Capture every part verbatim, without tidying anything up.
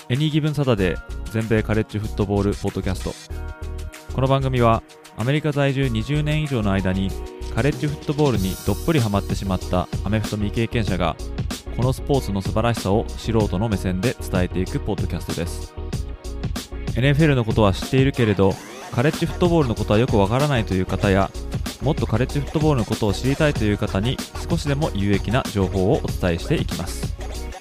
エニーギブンサタデー全米カレッジフットボールポッドキャスト。この番組はアメリカ在住にじゅうねん以上の間にカレッジフットボールにどっぷりハマってしまったアメフト未経験者がこのスポーツの素晴らしさを素人の目線で伝えていくポッドキャストです。 エヌエフエル のことは知っているけれどカレッジフットボールのことはよくわからないという方や、もっとカレッジフットボールのことを知りたいという方に少しでも有益な情報をお伝えしていきます。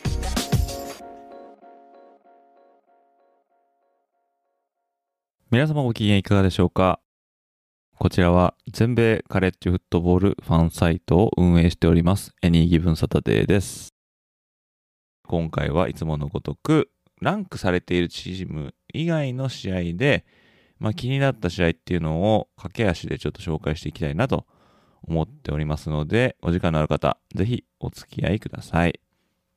皆様ご機嫌いかがでしょうか。こちらは全米カレッジフットボールファンサイトを運営しておりますエニーギブンサタデーです。今回はいつものごとくランクされているチーム以外の試合で、まあ、気になった試合っていうのを駆け足でちょっと紹介していきたいなと思っておりますので、お時間のある方ぜひお付き合いください。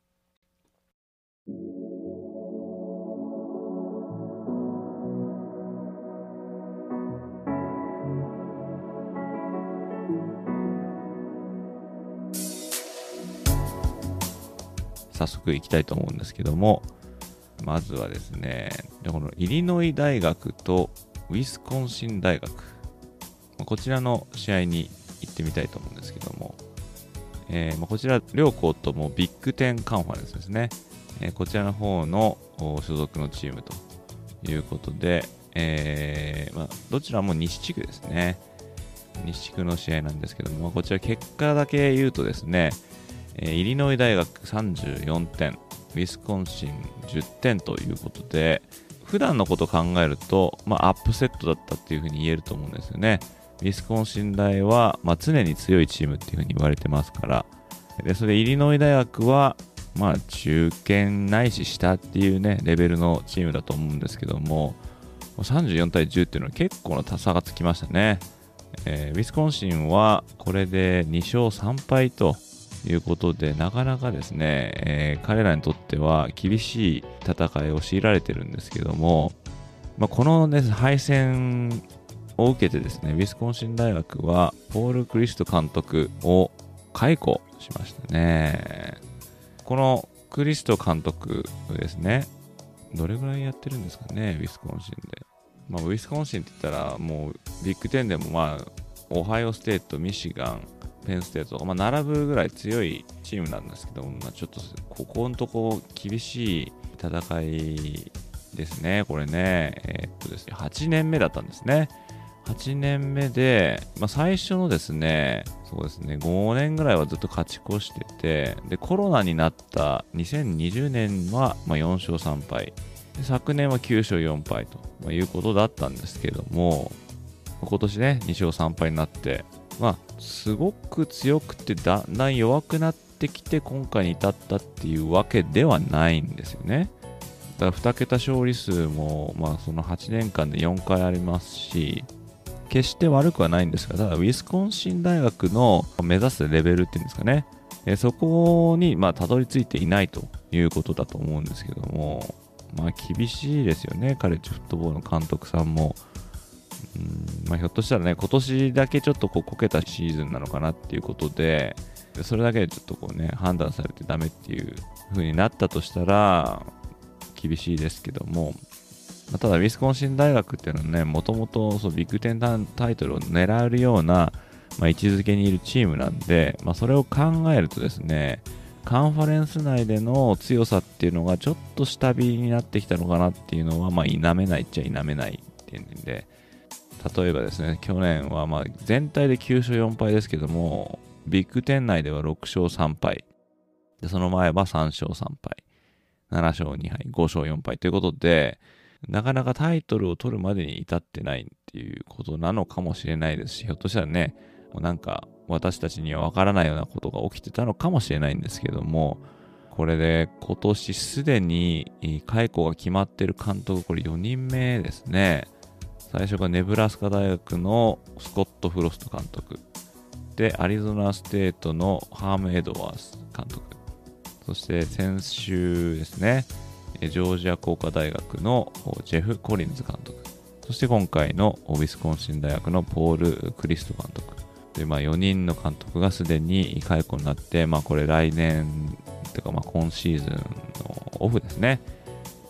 早速行きたいと思うんですけども、まずはですね、このイリノイ大学とウィスコンシン大学、こちらの試合に行ってみたいと思うんですけども、えー、こちら両校ともビッグテンカンファレンスですね、えー、こちらの方の所属のチームということで、えーまあ、どちらも西地区ですね。西地区の試合なんですけども、こちら結果だけ言うとですね、イリノイ大学さんじゅうよんてん、ウィスコンシンじゅってんということで、普段のことを考えると、まあ、アップセットだったっていうふうに言えると思うんですよね。ウィスコンシン大は、まあ、常に強いチームっていうふうに言われてますから、でそれでイリノイ大学は、まあ、中堅ないし下っていうねレベルのチームだと思うんですけども、さんじゅうよんたいじゅうっていうのは結構な差がつきましたね。えー、ウィスコンシンはこれでにしょうさんぱいということで、なかなかですね、えー、彼らにとっては厳しい戦いを強いられてるんですけども、まあ、この、ね、敗戦を受けてですね、ウィスコンシン大学はポール・クリスト監督を解雇しましたね。このクリスト監督ですね、どれぐらいやってるんですかね、ウィスコンシンで。まあ、ウィスコンシンって言ったらもうビッグテンでも、まあ、オハイオステート、ミシガン、ペンステートとか、まあ、並ぶぐらい強いチームなんですけども、まあ、ちょっとここのとこ厳しい戦いですね。これね、えー、っとですね、はちねんめだったんですね。はちねんめで、まあ、最初のですね、そうですね、ごねんぐらいはずっと勝ち越してて、で、コロナになったにせんにじゅうねんはまあよんしょうさんぱい、で昨年はきゅうしょうよんぱいということだったんですけども、今年ね、にしょうさんぱいになって、まあ、すごく強くてだんだん弱くなってきて今回に至ったっていうわけではないんですよね。だからにけた勝利数も、まあ、そのはちねんかんでよんかいありますし、決して悪くはないんですが、ただウィスコンシン大学の目指すレベルっていうんですかね、えそこにまあたどり着いていないということだと思うんですけども、まあ厳しいですよね、カレッジフットボールの監督さんも。うんまあ、ひょっとしたらね、今年だけちょっとこうこけたシーズンなのかなっていうことで、それだけでちょっとこうね、判断されてダメっていう風になったとしたら、厳しいですけども、まあ、ただ、ウィスコンシン大学っていうのはね、もともとビッグテンタイトルを狙えるような、まあ、位置づけにいるチームなんで、まあ、それを考えるとですね、カンファレンス内での強さっていうのがちょっと下火になってきたのかなっていうのは、まあ、否めないっちゃ否めないっていうんで、例えばですね、去年はまあ全体できゅうしょうよんぱいですけども、ビッグテン内ではろくしょうさんぱい、でその前はさんしょうさんぱい、ななしょうにはい、ごしょうよんぱいということで、なかなかタイトルを取るまでに至ってないっていうことなのかもしれないですし、ひょっとしたらね、もうなんか私たちにはわからないようなことが起きてたのかもしれないんですけども、これで今年すでに解雇が決まっている監督、これよにんめですね。最初がネブラスカ大学のスコット・フロスト監督で、アリゾナステートのハーム・エドワース監督、そして先週ですね、ジョージア工科大学のジェフ・コリンズ監督、そして今回のウィスコンシン大学のポール・クリスト監督で、まあ、よにんの監督がすでに解雇になって、まあ、これ来年というかまあ今シーズンのオフですね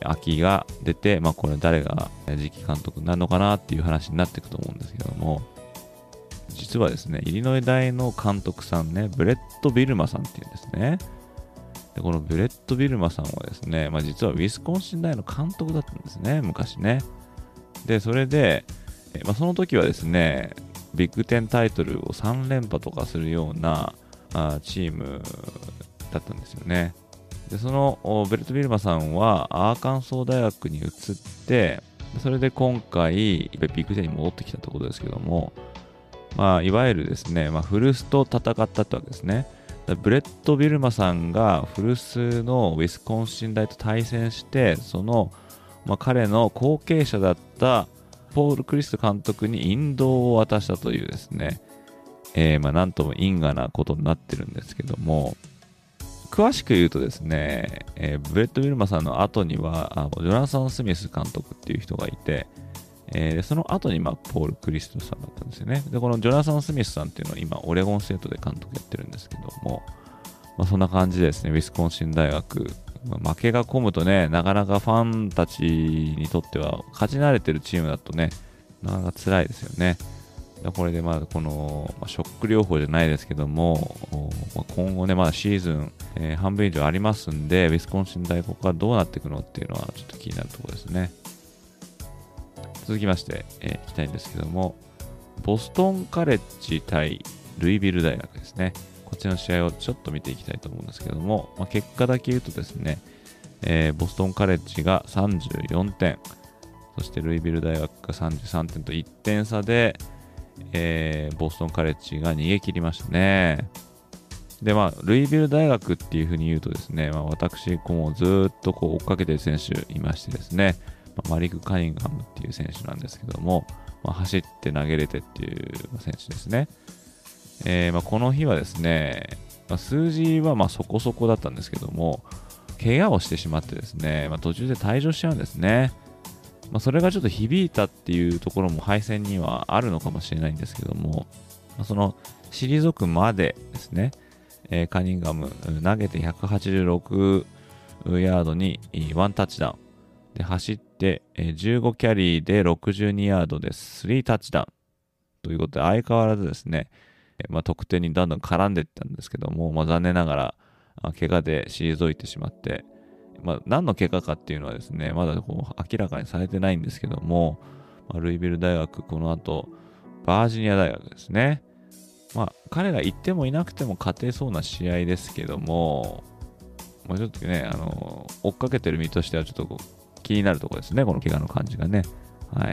空きが出て、まあ、これ誰が次期監督になるのかなっていう話になっていくと思うんですけども、実はですね、イリノイ大の監督さんね、ブレット・ビルマさんっていうんですね。でこのブレット・ビルマさんはですね、まあ、実はウィスコンシン大の監督だったんですね、昔ね。で、それで、まあ、その時はですね、ビッグテンタイトルをさん連覇とかするようなあチームだったんですよね。で、そのブレット・ビルマさんはアーカンソー大学に移って、それで今回ビッグテンに戻ってきたところですけども、まあ、いわゆるですね、まあ、古巣と戦ったってわけですね。ブレット・ビルマさんが古巣のウィスコンシン大と対戦して、その、まあ、彼の後継者だったポール・クリスト監督に引導を渡したというですね、えー、まあなんとも因果なことになってるんですけども、詳しく言うとですね、えー、ブレット・ビルマさんの後にはあジョナサン・スミス監督っていう人がいて、えー、その後にまあポール・クリストさんだったんですよね。で、このジョナサン・スミスさんっていうのは今オレゴンステートで監督やってるんですけども、まあ、そんな感じでですね、ウィスコンシン大学、まあ、負けが込むとね、なかなかファンたちにとっては勝ち慣れてるチームだとね、なかなか辛いですよね。これでまあこの、まあ、ショック療法じゃないですけども、まあ、今後ね、まだシーズン、えー、半分以上ありますんで、ウィスコンシン大ここからどうなっていくのっていうのはちょっと気になるところですね。続きまして、えー、いきたいんですけども、ボストンカレッジ対ルイビル大学ですね。こちらの試合をちょっと見ていきたいと思うんですけども、まあ、結果だけ言うとですね、えー、ボストンカレッジがさんじゅうよんてん、そしてルイビル大学がさんじゅうさんてんといってん差で、えー、ボストンカレッジが逃げ切りましたね。で、まあ、ルイビル大学っていうふうに言うとですね、まあ、私、こうずーっとこう追っかけてる選手いましてですね、まあ、マリック・カニンガムっていう選手なんですけども、まあ、走って投げれてっていう選手ですね。えーまあ、この日はですね、まあ、数字はまあそこそこだったんですけども、怪我をしてしまってですね、まあ、途中で退場しちゃうんですね。まあ、それがちょっと響いたっていうところも敗戦にはあるのかもしれないんですけども、まあ、その退くまでですね、えー、カニンガム投げてひゃくはちじゅうろくヤードにワンタッチダウンで走って、えー、じゅうごキャリーでろくじゅうにヤードでスリータッチダウンということで相変わらずですね、まあ、得点にどんどん絡んでいったんですけども、まあ、残念ながら怪我で退いてしまって、まあ、何の怪我かっていうのはですね、まだこう明らかにされてないんですけども、まあ、ルイビル大学、この後、バージニア大学ですね。まあ、彼が行ってもいなくても勝てそうな試合ですけども、まあ、ちょっとね、あの、追っかけてる身としてはちょっとこう気になるところですね、この怪我の感じがね。はい。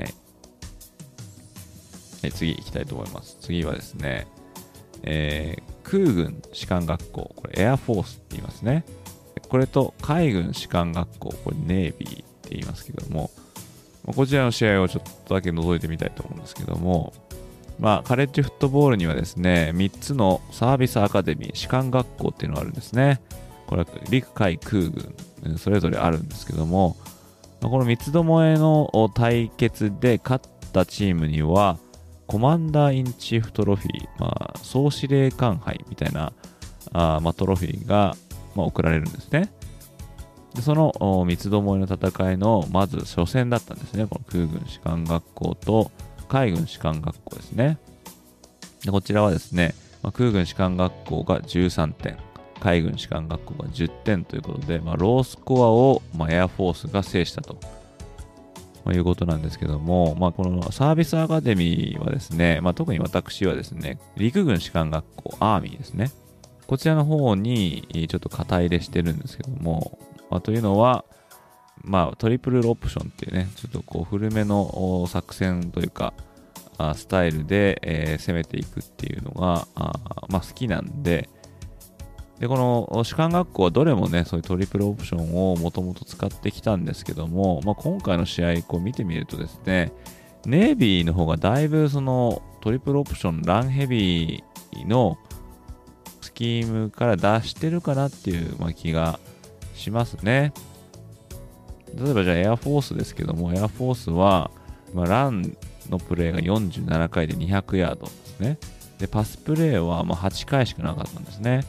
え次行きたいと思います。次はですね、えー、空軍士官学校、これエアフォースって言いますね。これと海軍士官学校、これネイビーって言いますけども、こちらの試合をちょっとだけ覗いてみたいと思うんですけども、まあ、カレッジフットボールにはですね、みっつのサービスアカデミー、士官学校っていうのがあるんですね。これは陸海空軍、それぞれあるんですけども、この三つどもえの対決で勝ったチームには、コマンダーインチーフトロフィー、まあ、総司令官杯みたいなあ、まあ、トロフィーが、まあ、贈られるんですね。でその三つどもえの戦いのまず初戦だったんですね。この空軍士官学校と海軍士官学校ですね。でこちらはですね、まあ、空軍士官学校がじゅうさんてん、海軍士官学校がじゅってんということで、まあ、ロースコアを、まあ、エアフォースが制したと。ということなんですけども、まあ、このサービスアカデミーはですね、まあ、特に私はですね、陸軍士官学校、アーミーですね。こちらの方にちょっと肩入れしてるんですけども、まあ、というのは、まあ、トリプルオプションっていうね、ちょっとこう古めの作戦というか、あスタイルで、えー、攻めていくっていうのが、あまあ、好きなんで、で、この士官学校はどれもね、そういうトリプルオプションをもともと使ってきたんですけども、まあ、今回の試合こう見てみるとですね、ネイビーの方がだいぶそのトリプルオプションランヘビーのスキームから出してるかなっていう、まあ、気がしますね。例えばじゃあエアフォースですけども、エアフォースは、まあ、ランのプレーがよんじゅうななかいでにひゃくヤードですね。で、パスプレーはまあはちかいしかなかったんですね。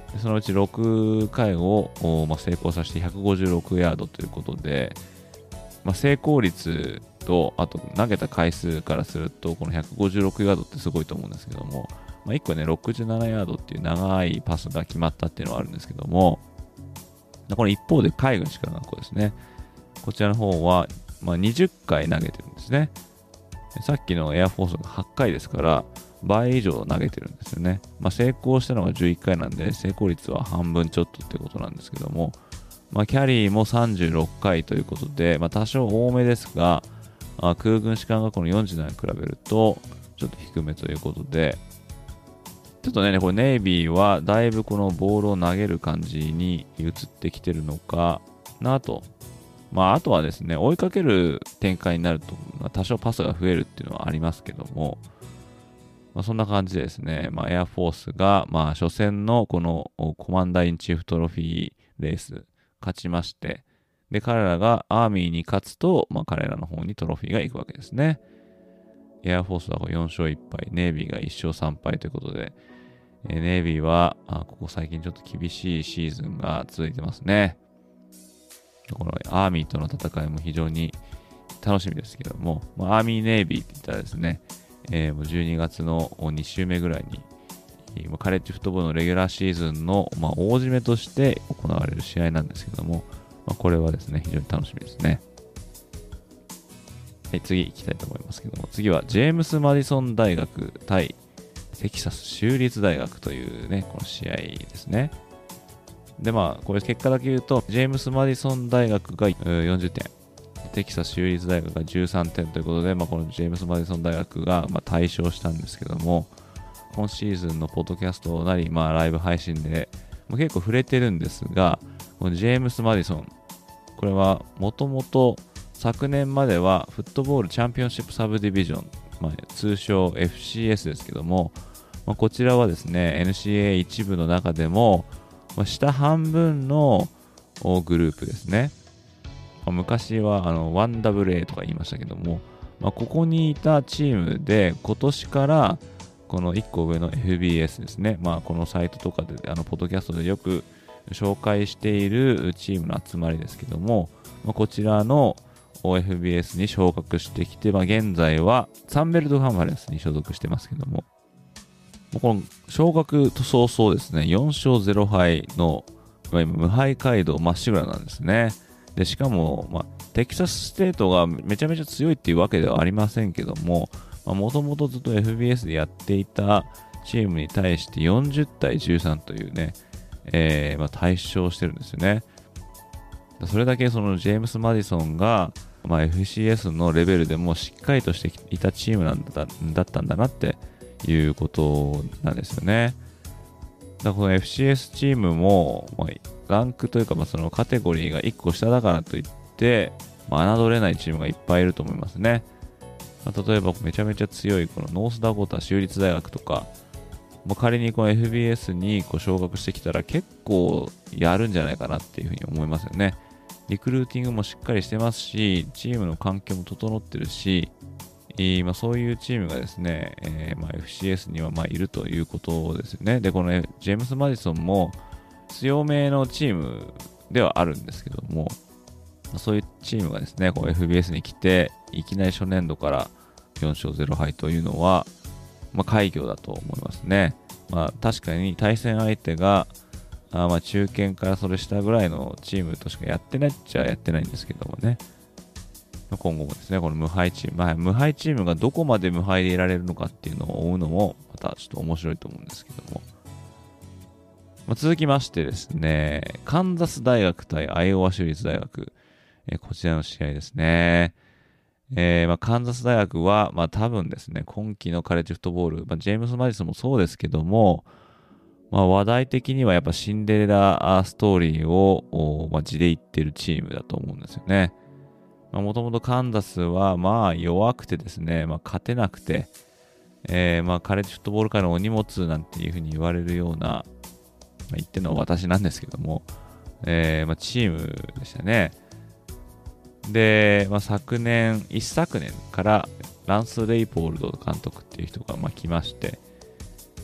でそのうちろっかいを、まあ、成功させてひゃくごじゅうろくヤードということで、まあ、成功率とあと投げた回数からするとこのひゃくごじゅうろくヤードってすごいと思うんですけども、まあ、いっこねろくじゅうななヤードっていう長いパスが決まったっていうのはあるんですけども、この一方で海軍士官学校ですね、こちらの方は、まあ、にじゅっかい投げてるんですね。さっきのエアフォースがはちかいですから倍以上投げてるんですよね。まあ、成功したのがじゅういっかいなんで成功率は半分ちょっとってことなんですけども、まあ、キャリーもさんじゅうろっかいということで、まあ、多少多めですが、あ空軍士官学校のよんじゅうななに比べるとちょっと低めということで、ちょっとね、これネイビーはだいぶこのボールを投げる感じに移ってきてるのかなと。まあ、あとはですね、追いかける展開になると、まあ、多少パスが増えるっていうのはありますけども、まあ、そんな感じでですね、まあ、エアフォースが、まあ、初戦のこのコマンダーインチーフトロフィーレース勝ちまして、で、彼らがアーミーに勝つと、まあ、彼らの方にトロフィーが行くわけですね。エアフォースはよん勝いっぱい、ネイビーがいっ勝さん敗ということで、えー、ネイビーはあここ最近ちょっと厳しいシーズンが続いてますね。このアーミーとの戦いも非常に楽しみですけども、まあ、アーミーネイビーって言ったらですね、えー、もうじゅうにがつのに週目ぐらいに、カレッジフットボールのレギュラーシーズンの、まあ、大締めとして行われる試合なんですけども、まあ、これはですね、非常に楽しみですね。はい、次行きたいと思いますけども、次はジェームス・マディソン大学対テキサス州立大学というね、この試合ですね。で、まあ、これ結果だけ言うと、ジェームス・マディソン大学がよんじゅってん、テキサス州立大学がじゅうさんてんということで、まあ、このジェームス・マディソン大学がまあ大勝したんですけども、今シーズンのポッドキャストなり、まあ、ライブ配信で、まあ、結構触れてるんですが、このジェームス・マディソン、これはもともと昨年まではフットボールチャンピオンシップサブディビジョン、まあ、通称 エフシーエス ですけども、まあ、こちらはですね、エヌシーエー 一部の中でも、まあ、下半分のグループですね。まあ、昔はあの ワンダブリューエー とか言いましたけども、まあ、ここにいたチームで今年からこのいっこ上の エフビーエス ですね。まあ、このサイトとかで、あのポッドキャストでよく紹介しているチームの集まりですけども、まあ、こちらの エフビーエス に昇格してきて、まあ、現在はサンベルト・カンファレンスに所属してますけども、この昇格と早々ですね、よん勝ぜろ敗の無敗街道まっしぐらなんですね。で、しかも、まあ、テキサスステートがめちゃめちゃ強いっていうわけではありませんけども、もともとずっと エフビーエス でやっていたチームに対してよんじゅうたいじゅうさんというね、えーまあ、大勝してるんですよね。それだけそのジェームス・マディソンが、まあ、エフシーエス のレベルでもしっかりとしていたチームなんだ、だったんだなっていうことなんですよね。だからこの エフシーエス チームも、まあ、ランクというか、まあ、そのカテゴリーがいっこ下だからといって、まあ、侮れないチームがいっぱいいると思いますね。まあ、例えばめちゃめちゃ強いこのノースダコータ州立大学とか、まあ、仮にこの エフビーエス にこう昇格してきたら結構やるんじゃないかなっていうふうに思いますよね。リクルーティングもしっかりしてますし、チームの環境も整ってるし、まあ、そういうチームがですね、えーまあ、エフシーエス にはまあいるということですよね。で、この、ね、ジェームス・マディソンも強めのチームではあるんですけども、そういうチームがですね、こう エフビーエス に来て、いきなり初年度からよん勝ぜろ敗というのは、まあ、快挙だと思いますね。まあ、確かに対戦相手が、あまあ中堅からそれ下ぐらいのチームとしかやってないっちゃやってないんですけどもね。今後もですね、この無敗チーム、まあ、無敗チームがどこまで無敗でいられるのかっていうのを追うのも、またちょっと面白いと思うんですけども。まあ、続きましてですね、カンザス大学対アイオワ州立大学、えー、こちらの試合ですね。えーまあ、カンザス大学は、まあ、多分ですね、今季のカレッジフットボール、まあ、ジェームス・マディソンもそうですけども、まあ、話題的にはやっぱシンデレラストーリーを、まあ、地で言ってるチームだと思うんですよね。もともとカンザスはまあ弱くてですね、まあ、勝てなくて、えー、まあカレッジフットボール界のお荷物なんていうふうに言われるような、まあ、言ってるのは私なんですけども、えーまあ、チームでしたね。で、まあ、昨年、一昨年からランス・レイポールド監督っていう人がまあ来まして、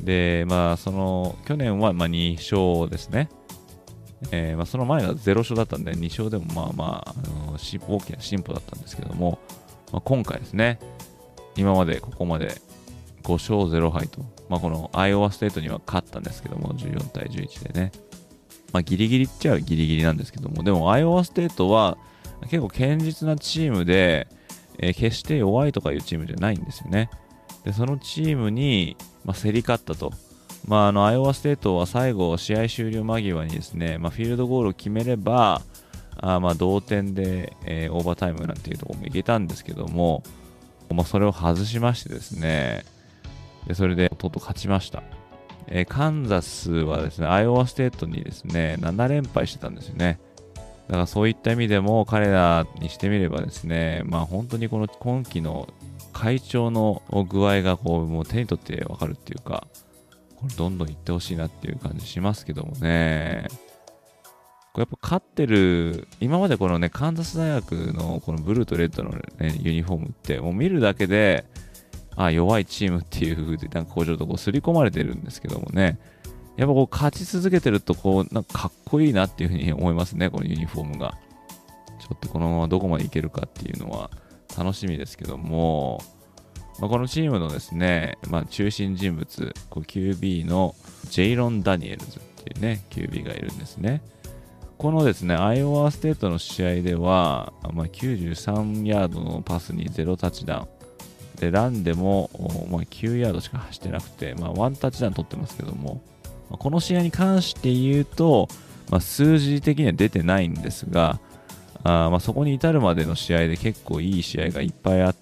で、まあ、その、去年はまあに勝ですね。えーまあ、その前がゼロ勝だったんで、に勝でもまあまあ、あのし大きな進歩だったんですけども、まあ、今回ですね、今までここまでご勝ぜろ敗と、まあ、このアイオワステートには勝ったんですけども、じゅうよんたいじゅういちでね、まあ、ギリギリっちゃギリギリなんですけども、でもアイオワステートは結構堅実なチームで、えー決して弱いとかいうチームじゃないんですよね。で、そのチームに、まあ、競り勝ったと。まあ、あのアイオワステートは最後、試合終了間際にですね、まあ、フィールドゴールを決めれば、あまあ同点で、えーオーバータイムなんていうところもいけたんですけども、まあ、それを外しましてですね、でそれでとうとう勝ちました。えーカンザスはですね、アイオワステートにですね、なな連敗してたんですよね。だからそういった意味でも彼らにしてみればですね、まあ本当にこの今季の会長の具合がこうもう手に取ってわかるっていうか、これどんどん行ってほしいなっていう感じしますけどもね。これやっぱ勝ってる、今までこのね、カンザス大学のこのブルーとレッドの、ね、ユニフォームって、もう見るだけで、あ、弱いチームっていう風で、なんかこうちょっとこう刷り込まれてるんですけどもね。やっぱこう勝ち続けてると、こう、なんかかっこいいなっていう風に思いますね、このユニフォームが。ちょっとこのままどこまでいけるかっていうのは楽しみですけども、まあ、このチームのですね、まあ、中心人物、こう キュービー のジェイロン・ダニエルズっていうね、キュービー がいるんですね。このですね、アイオワステートの試合では、まあ、きゅうじゅうさんヤードのパスにゼロタッチダウン。で、ランでも、まあ、きゅうヤードしか走ってなくて、まあ、ワンタッチダウン取ってますけども、まあ、この試合に関して言うと、まあ、数字的には出てないんですが、あまあそこに至るまでの試合で結構いい試合がいっぱいあって、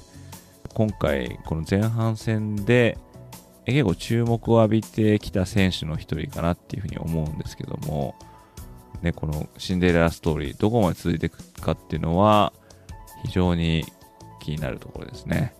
今回、この前半戦で結構注目を浴びてきた選手の一人かなっていうふうに思うんですけども、ね、このシンデレラストーリー、どこまで続いていくかっていうのは非常に気になるところですね。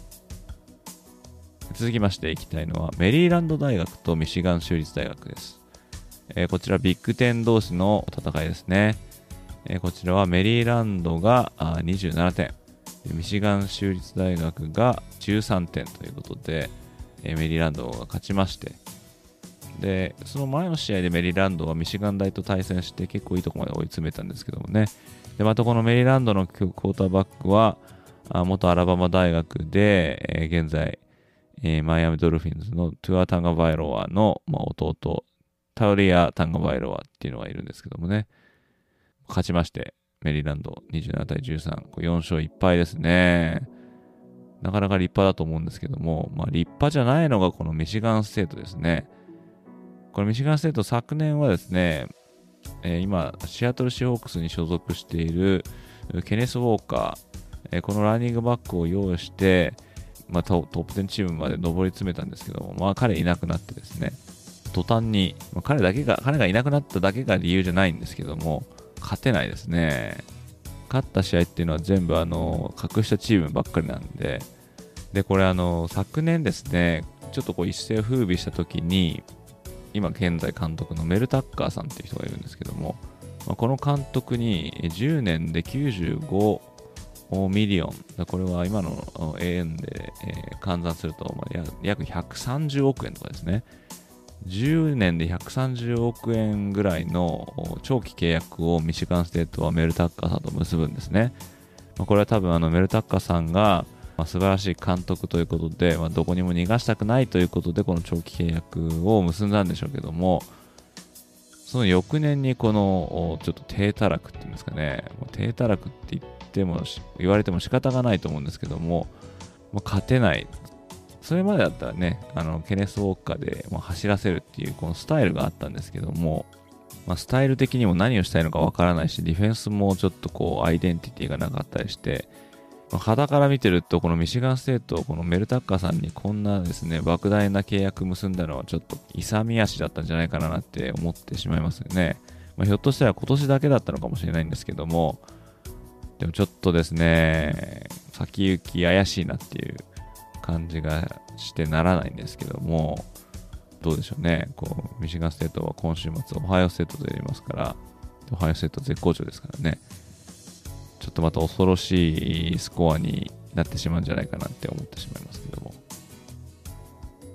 続きましていきたいのはメリーランド大学とミシガン州立大学です。えー、こちらビッグテン同士の戦いですね。えー、こちらはメリーランドがにじゅうななてん、ミシガン州立大学がじゅうさんてんということで、えー、メリーランドが勝ちまして、で、その前の試合でメリーランドはミシガン大と対戦して結構いいところまで追い詰めたんですけどもね。で、またこのメリーランドのクォーターバックは、あ元アラバマ大学で、えー現在、えーマイアミドルフィンズのトゥア・タンガバイロワの、まあ、弟、タウリア・タンガバイロワっていうのがいるんですけどもね。勝ちまして、メリーランドにじゅうななたいじゅうさん、よん勝いっ敗ですね。なかなか立派だと思うんですけども、まあ立派じゃないのがこのミシガンステートですね。これミシガンステート昨年はですね、えー今、シアトルシーホークスに所属しているケネス・ウォーカー、えーこのランニングバックを用意して、まあ、ト, トップテンチームまで上り詰めたんですけども、まあ彼いなくなってですね、途端に、まあ、彼だけが、彼がいなくなっただけが理由じゃないんですけども、勝てないですね。勝った試合っていうのは全部あの、格下チームばっかりなんで、で、これあの、昨年ですね、ちょっとこう一世を風靡した時に、今現在監督のメル・タッカーさんっていう人がいるんですけども、まあ、この監督にじゅうねんできゅうじゅうごミリオン、これは今の円で、えー換算すると、まあ、約ひゃくさんじゅうおくえんとかですね。じゅうねんでひゃくさんじゅうおくえんぐらいの長期契約をミシガンステートはメルタッカーさんと結ぶんですね。まあ、これは多分あのメルタッカーさんが、まあ、素晴らしい監督ということで、まあ、どこにも逃がしたくないということでこの長期契約を結んだんでしょうけども、その翌年にこのちょっと低たらくっていうんですかね、もう低たらくって言っても言われても仕方がないと思うんですけども、まあ、勝てない。それまでだったらね、あのケネス・ウォーカーでもう走らせるっていうこのスタイルがあったんですけども、まあ、スタイル的にも何をしたいのかわからないし、ディフェンスもちょっとこうアイデンティティがなかったりして、まあ、肌から見てるとこのミシガンステート、このメルタッカーさんにこんなですね、莫大な契約結んだのはちょっと勇み足だったんじゃないかなって思ってしまいますよね。まあ、ひょっとしたら今年だけだったのかもしれないんですけども、でもちょっとですね、先行き怪しいなっていう感じがしてならないんですけども、どうでしょうね。こうミシガンステートは今週末オハイオステートとやりますから、オハイオステート絶好調ですからね。ちょっとまた恐ろしいスコアになってしまうんじゃないかなって思ってしまいますけども。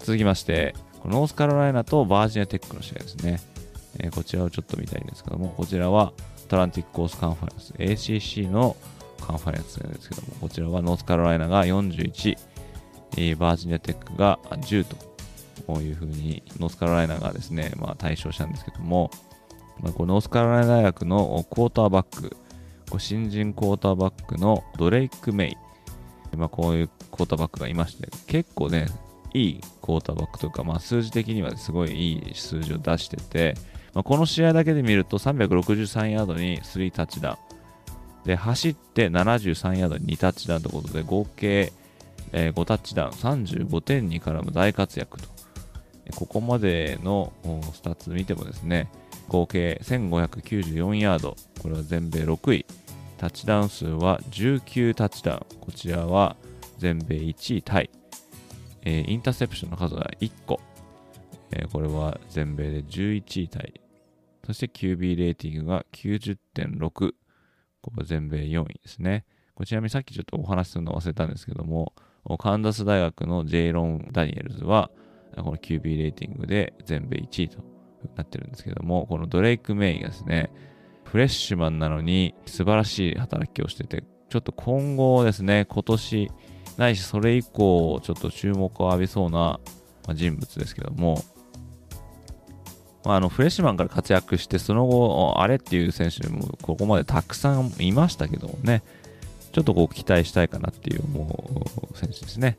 続きまして、ノースカロライナとバージニアテックの試合ですね。えー、こちらをちょっと見たいんですけども、こちらはアトランティックコースカンファレンス、エーシーシー のカンファレンスなんですけども、こちらはノースカロライナがよんじゅういち、えー、バージニアテックがじゅうというふうに、ノースカロライナがですね、まあ、大勝したんですけども、まあ、このノースカロライナ大学のクォーターバック、こ新人クォーターバックのドレイク・メイ、まあ、こういうクォーターバックがいまして、結構ね、いいクォーターバックというか、まあ、数字的にはすごいいい数字を出してて、まあ、この試合だけで見るとさんびゃくろくじゅうさんヤードにさんタッチダウン。で、走ってななじゅうさんヤードににタッチダウンということで、合計、えー、ごタッチダウン、さんじゅうごてんに絡む大活躍と。ここまでのスタッツ見てもですね、合計せんごひゃくきゅうじゅうよんヤード、これは全米ろくい。タッチダウン数はじゅうきゅうタッチダウン、こちらは全米いちいタイ。えー、インターセプションの数はいっこ。えー、これは全米でじゅういちいタイ。そして キュービー レーティングが きゅうじゅってんろく。これは全米よんいですね。こちらにさっきちょっとお話しするの忘れたんですけども、カンザス大学のジェイロン・ダニエルズは、この キュービー レーティングで全米いちいとなってるんですけども、このドレイク・メイがですね、フレッシュマンなのに素晴らしい働きをしてて、ちょっと今後ですね、今年、ないしそれ以降、ちょっと注目を浴びそうな人物ですけども、あのフレッシュマンから活躍して、その後、あれっていう選手もここまでたくさんいましたけどもね、ちょっとこう期待したいかなっていう思う選手ですね。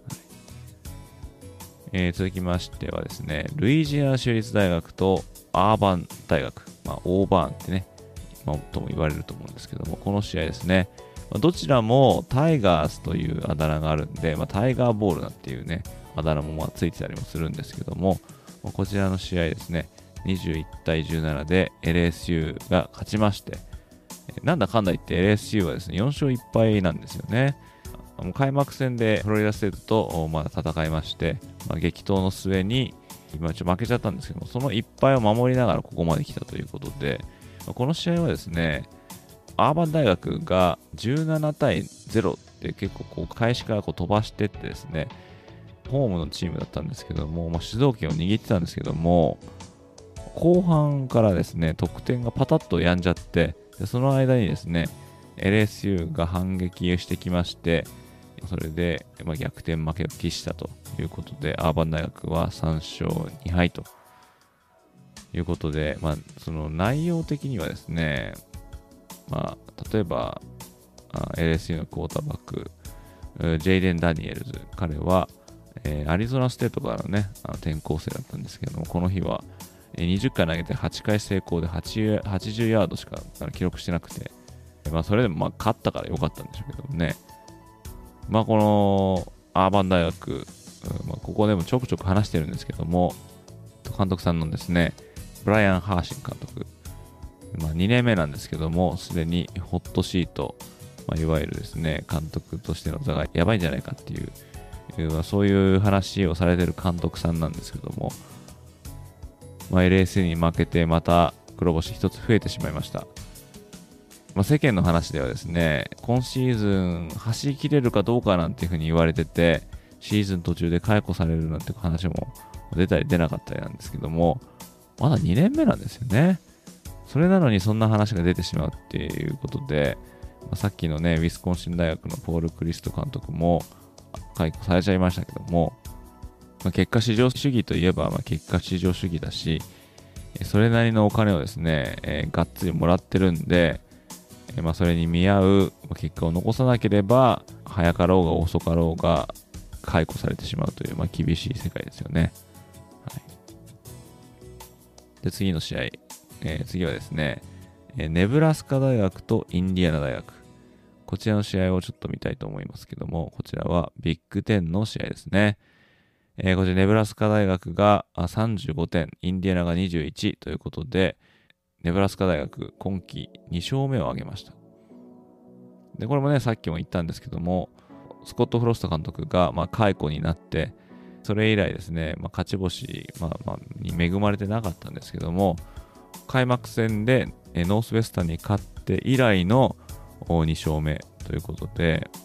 えー、続きましてはですね、ルイジアナ州立大学とアーバン大学、まあ、オーバーンってね、まあ、とも言われると思うんですけども、この試合ですね、どちらもタイガースというあだ名があるんで、まあ、タイガーボールなんていうね、あだ名もまあついてたりもするんですけども、こちらの試合ですね、にじゅういちたいじゅうななで エルエスユー が勝ちまして、なんだかんだ言って エルエスユー はですね、よんしょういっぱいなんですよね。開幕戦でフロリダステートとまだ戦いまして、まあ、激闘の末に、今ちょっと負けちゃったんですけども、そのいっぱいを守りながらここまで来たということで、この試合はですね、アーバン大学がじゅうななたいゼロって結構こう開始からこう飛ばしてってですね、ホームのチームだったんですけども、まあ、主導権を握ってたんですけども、後半からですね、得点がパタッとやんじゃって、でその間にですね、エルエスユー が反撃してきまして、それで、まあ、逆転負けを喫したということで、アーバン大学はさんしょうにはいということで、まあ、その内容的にはですね、まあ、例えば エルエスユー のクォーターバック、ジェイデン・ダニエルズ、彼は、えー、アリゾナステートからのね、あの転校生だったんですけども、この日はにじゅっかい投げてはちかい成功ではちじゅうヤードしか記録してなくて、まあ、それでもまあ勝ったから良かったんでしょうけどもね、まあ、このアーバン大学、まあ、ここでもちょくちょく話してるんですけども、監督さんのですね、ブライアン・ハーシン監督、まあ、にねんめなんですけども、すでにホットシート、まあ、いわゆるですね、監督としての座がやばいんじゃないかっていう、そういう話をされてる監督さんなんですけども、まあ、エルエスユー に負けてまた黒星一つ増えてしまいました。まあ、世間の話ではですね、今シーズン走り切れるかどうかなんていうふうに言われてて、シーズン途中で解雇されるなんて話も出たり出なかったりなんですけども、まだにねんめなんですよね。それなのにそんな話が出てしまうっていうことで、まあ、さっきのね、ウィスコンシン大学のポール・クリスト監督も解雇されちゃいましたけども、まあ、結果至上主義といえば、まあ、結果至上主義だし、それなりのお金をですね、えー、がっつりもらってるんで、えーまあ、それに見合う結果を残さなければ、早かろうが遅かろうが解雇されてしまうという、まあ、厳しい世界ですよね。はい、で、次の試合、えー、次はですね、えー、ネブラスカ大学とインディアナ大学。こちらの試合をちょっと見たいと思いますけども、こちらはビッグテンの試合ですね。えー、こちらネブラスカ大学がさんじゅうごてん、インディアナがにじゅういちということで、ネブラスカ大学今季にしょうめを挙げました。で、これもね、さっきも言ったんですけども、スコット・フロスト監督がまあ解雇になって、それ以来ですね、まあ、勝ち星、まあまあ、に恵まれてなかったんですけども、開幕戦でノースウェスタンに勝って以来のにしょうめということで、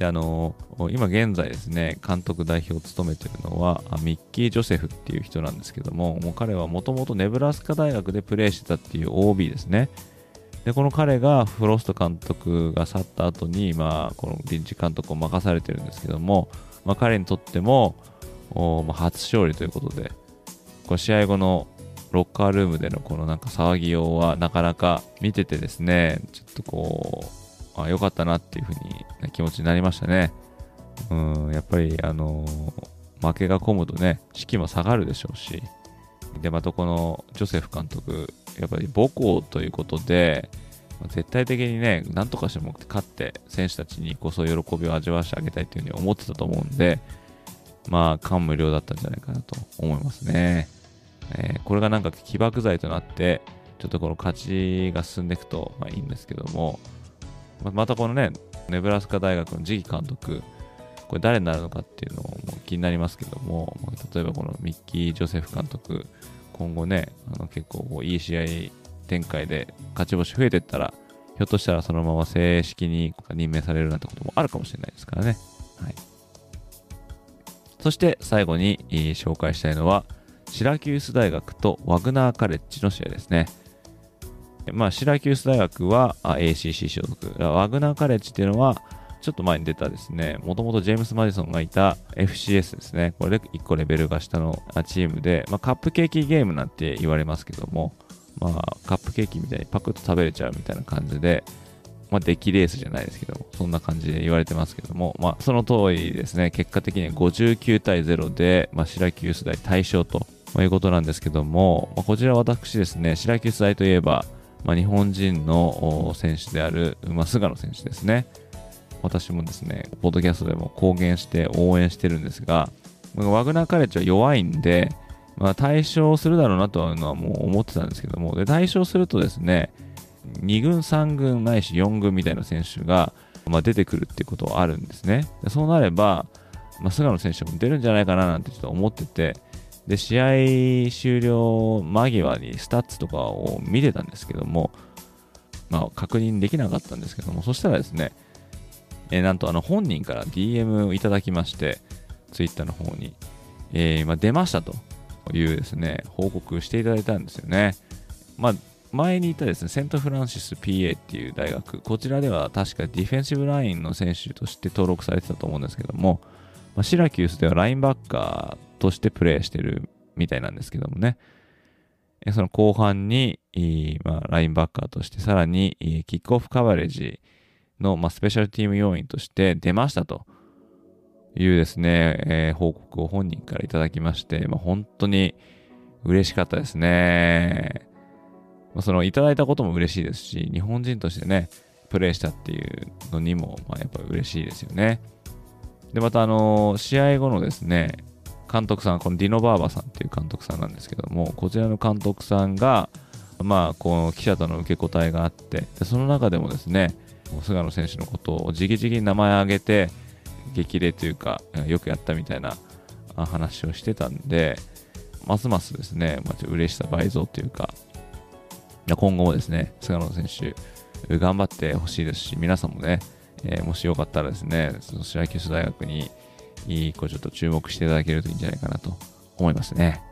で、あの今現在ですね、監督代表を務めているのはミッキー・ジョセフっていう人なんですけども、もう彼はもともとネブラスカ大学でプレーしてたっていう オービー ですね。で、この彼がフロスト監督が去った後に、まあ、この臨時監督を任されてるんですけども、まあ、彼にとっても、まあ、初勝利ということで、この試合後のロッカールームでのこのなんか騒ぎようはなかなか見ててですね、ちょっとこう、あ、良かったなっていうふうに気持ちになりましたね。うん、やっぱりあのー、負けが込むとね、士気も下がるでしょうし、で、またこのジョセフ監督、やっぱり母校ということで、絶対的にね、なんとかしても勝って選手たちにこそ喜びを味わわせてあげたいというふうに思ってたと思うんで、まあ感無量だったんじゃないかなと思いますね。えー、これがなんか起爆剤となってちょっとこの勝ちが進んでいくとまあいいんですけども、またこのねネブラスカ大学の次期監督、これ誰になるのかっていうのも気になりますけども、例えばこのミッキー・ジョセフ監督、今後ねあの結構こういい試合展開で勝ち星増えていったら、ひょっとしたらそのまま正式に任命されるなんてこともあるかもしれないですからね。はい。そして最後に紹介したいのはシラキュース大学とワグナーカレッジの試合ですね。まあシラキュース大学は エーシーシー 所属、ワグナーカレッジっていうのはちょっと前に出たですね、もともとジェームス・マディソンがいた エフシーエス ですね。これでいっこレベルが下のチームで、まあ、カップケーキゲームなんて言われますけども、まあカップケーキみたいにパクッと食べれちゃうみたいな感じで、まあ、デッキレースじゃないですけど、そんな感じで言われてますけども、まあ、その通りですね、結果的にはごじゅうきゅうたいゼロで、まあ、シラキュース大大勝ということなんですけども、まあ、こちら私ですね、シラキュース大といえば、まあ、日本人の選手である、まあ、菅野選手ですね。私もですね、ポッドキャストでも公言して応援してるんですが、ワグナーカレッジは弱いんで、まあ、大勝するだろうなというのはもう思ってたんですけども、で、大勝するとですね、に軍さん軍ないしよん軍みたいな選手が、まあ、出てくるっていうことはあるんですね。でそうなれば、まあ、菅野選手も出るんじゃないかななんてちょっと思ってて、で試合終了間際にスタッツとかを見てたんですけども、まあ、確認できなかったんですけども、そしたらですね、えー、なんとあの本人から ディーエム をいただきまして、ツイッターの方に、えーまあ、出ましたというですね、報告していただいたんですよね。まあ前にいたですね、セントフランシス ピーエー っていう大学、こちらでは確かディフェンシブラインの選手として登録されてたと思うんですけども、まあ、シラキュースではラインバッカーとしてプレーしてるみたいなんですけどもね、その後半に、まあ、ラインバッカーとしてさらにキックオフカバレッジの、まあ、スペシャルチーム要員として出ましたというですね、えー、報告を本人からいただきまして、まあ、本当に嬉しかったですね。そのいただいたことも嬉しいですし、日本人としてね、プレーしたっていうのにも、まあ、やっぱり嬉しいですよね。で、また、あのー、試合後のですね、監督さん、このディノ・バーバさんっていう監督さんなんですけども、こちらの監督さんが、まあ、この記者との受け答えがあって、でその中でもですね、菅野選手のことを直々に名前を挙げて、激励というか、よくやったみたいな話をしてたんで、ますますですね、まあ、嬉しさ倍増というか、今後もですね、菅野選手、頑張ってほしいですし、皆さんもね、えー、もしよかったらですね、そのシラキュース大学に、こうちょっと注目していただけるといいんじゃないかなと思いますね。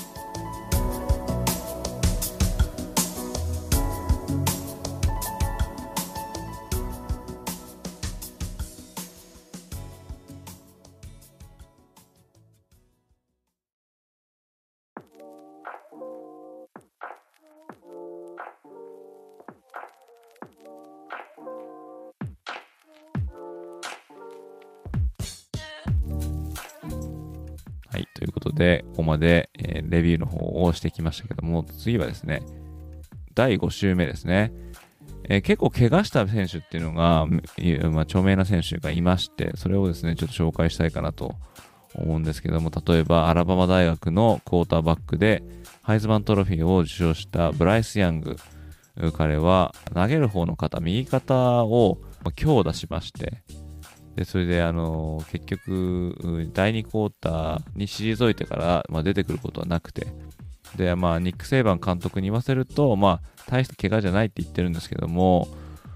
はい、ということで、ここまで、えー、レビューの方をしてきましたけども、次はですね、だいご週目ですね。えー、結構怪我した選手っていうのが、まあ、著名な選手がいまして、それをですね、ちょっと紹介したいかなと思うんですけども、例えばアラバマ大学のクォーターバックで、ハイズマントロフィーを受賞したブライス・ヤング。彼は投げる方の肩、右肩を強打しまして、でそれで、あのー、結局、だいにクォーターに退いてから、まあ、出てくることはなくて、で、まあ、ニック・セイバン監督に言わせると、まあ、大した怪我じゃないって言ってるんですけども、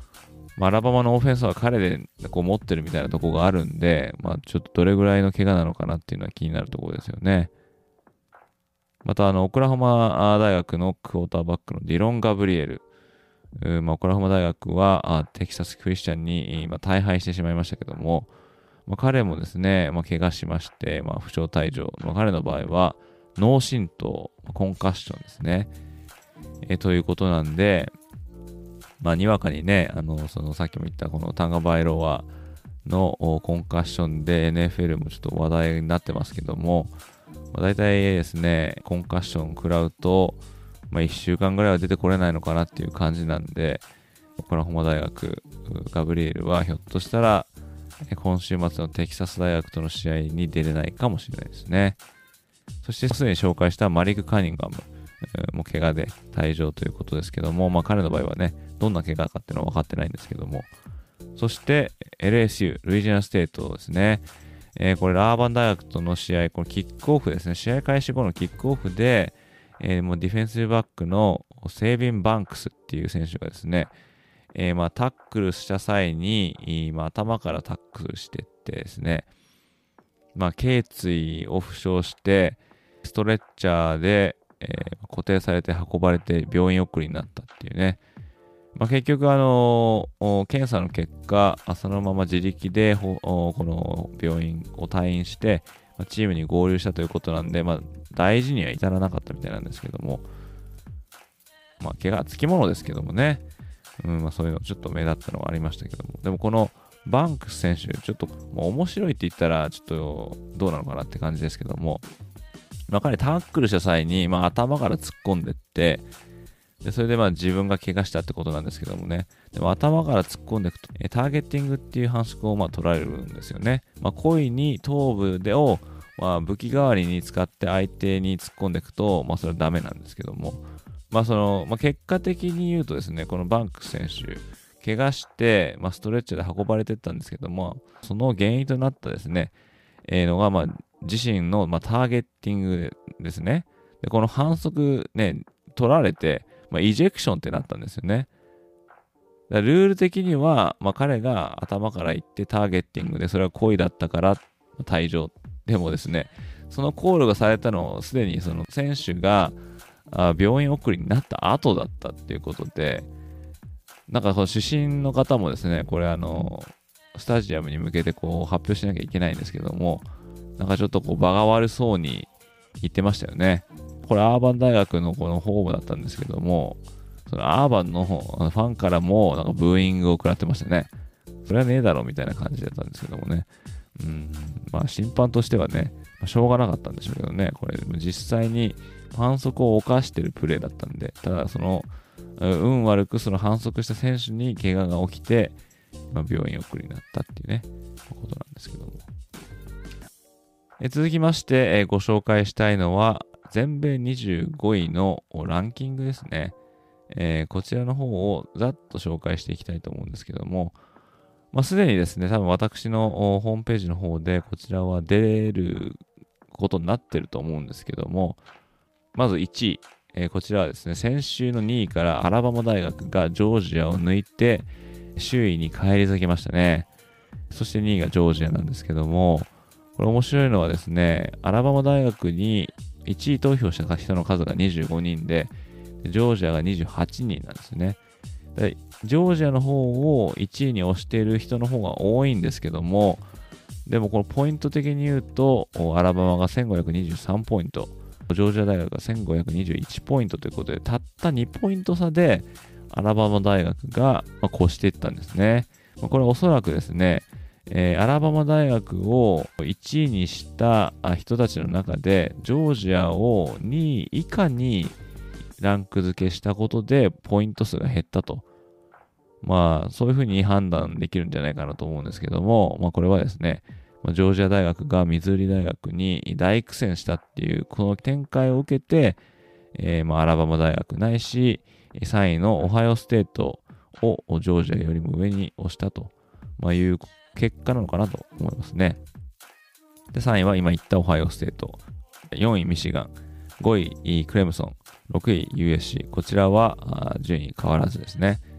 まあ、アラバマのオフェンスは彼でこう持ってるみたいなところがあるんで、まあ、ちょっとどれぐらいの怪我なのかなっていうのは気になるところですよね。また、あの、オクラホマ大学のクォーターバックのディロン・ガブリエル。まあ、オクラホマ大学はテキサス・クリスチャンに、まあ、大敗してしまいましたけども、まあ、彼もですね、まあ、怪我しまして、まあ、負傷退場。まあ、彼の場合は脳震盪、コンカッションですね。えということなんで、まあ、にわかにね、あの、そのさっきも言ったこのタンガバイロワのコンカッションで エヌエフエル もちょっと話題になってますけども、まあ、大体ですね、コンカッション食らうと、まあ、いっしゅうかんぐらいは出てこれないのかなっていう感じなんで、オクラホマ大学、ガブリエルはひょっとしたら、今週末のテキサス大学との試合に出れないかもしれないですね。そしてすでに紹介したマリック・カニンガムも怪我で退場ということですけども、まあ彼の場合はね、どんな怪我かっていうのは分かってないんですけども、そして エルエスユー、ルイジアナステートですね。えー、これラーバン大学との試合、このキックオフですね、試合開始後のキックオフで、えー、もうディフェンスバックのセービン・バンクスっていう選手がですね、えー、まあタックルした際に、まあ、頭からタックルしてってですね、まあ、頸椎を負傷して、ストレッチャーで、えー、固定されて運ばれて病院送りになったっていうね。まあ、結局、あのー、検査の結果、そのまま自力でこの病院を退院して、チームに合流したということなんで、まあ、大事には至らなかったみたいなんですけども、まあ、怪我はつきものですけどもね、うんまあ、そういうのちょっと目立ったのはありましたけども、でもこのバンクス選手、ちょっともう面白いって言ったら、ちょっとどうなのかなって感じですけども、まあ、彼タックルした際に、まあ、頭から突っ込んでって、でそれでまあ自分が怪我したってことなんですけどもね、でも頭から突っ込んでいくと、ターゲッティングっていう反則をまあ取られるんですよね。まあ、故意に頭部でをまあ武器代わりに使って相手に突っ込んでいくと、まあ、それはダメなんですけども、まあそのまあ、結果的に言うとですね、このバンク選手、怪我して、まあ、ストレッチで運ばれていったんですけども、その原因となったですね、えー、のが、まあ、自身の、まあ、ターゲッティングですね。で、この反則ね、取られて、まあ、イジェクションってなったんですよね。だルール的には、まあ、彼が頭から行ってターゲッティングで、それは故意だったから退場。でもですね、そのコールがされたのをすでにその選手があ病院送りになった後だったっていうことで、なんかこの主審の方もですね、これあの、スタジアムに向けてこう発表しなきゃいけないんですけども、なんかちょっとこう場が悪そうに言ってましたよね。これアーバン大学のこのホームだったんですけども、そのアーバンのファンからもなんかブーイングを食らってましたね。それはねえだろみたいな感じだったんですけどもね。うん、まあ審判としてはね、まあ、しょうがなかったんでしょうけどね、これ実際に反則を犯してるプレーだったんで、ただその運悪くその反則した選手に怪我が起きて、まあ、病院送りになったっていうね、ことなんですけども。え続きまして、えご紹介したいのは、全米にじゅうごいのランキングですね。えー、こちらの方をざっと紹介していきたいと思うんですけども、まあ、すでにですね、多分私のホームページの方でこちらは出ることになってると思うんですけども、まずいちい、えー、こちらはですね、先週のにいからアラバマ大学がジョージアを抜いて首位に返り咲きましたね。そしてにいがジョージアなんですけども、これ面白いのはですね、アラバマ大学にいちい投票した人の数がにじゅうごにんで、ジョージアがにじゅうはちにんなんですね。でジョージアの方をいちいに推している人の方が多いんですけども、でもこのポイント的に言うと、アラバマがせんごひゃくにじゅうさんポイント、ジョージア大学がせんごひゃくにじゅういちポイントということで、たったにポイント差でアラバマ大学が越していったんですね。これはおそらくですね、えー、アラバマ大学をいちいにした人たちの中で、ジョージアをにい以下にランク付けしたことでポイント数が減ったと。まあ、そういうふうに判断できるんじゃないかなと思うんですけども、まあ、これはですね、ジョージア大学がミズーリ大学に大苦戦したっていう、この展開を受けて、えー、まあアラバマ大学ないし、さんいのオハイオステートをジョージアよりも上に押したと、まあ、いう結果なのかなと思いますね。で、さんいは今言ったオハイオステート、よんいミシガン、ごいクレムソン、ろくい ユーエスシー、こちらは順位変わらずですね。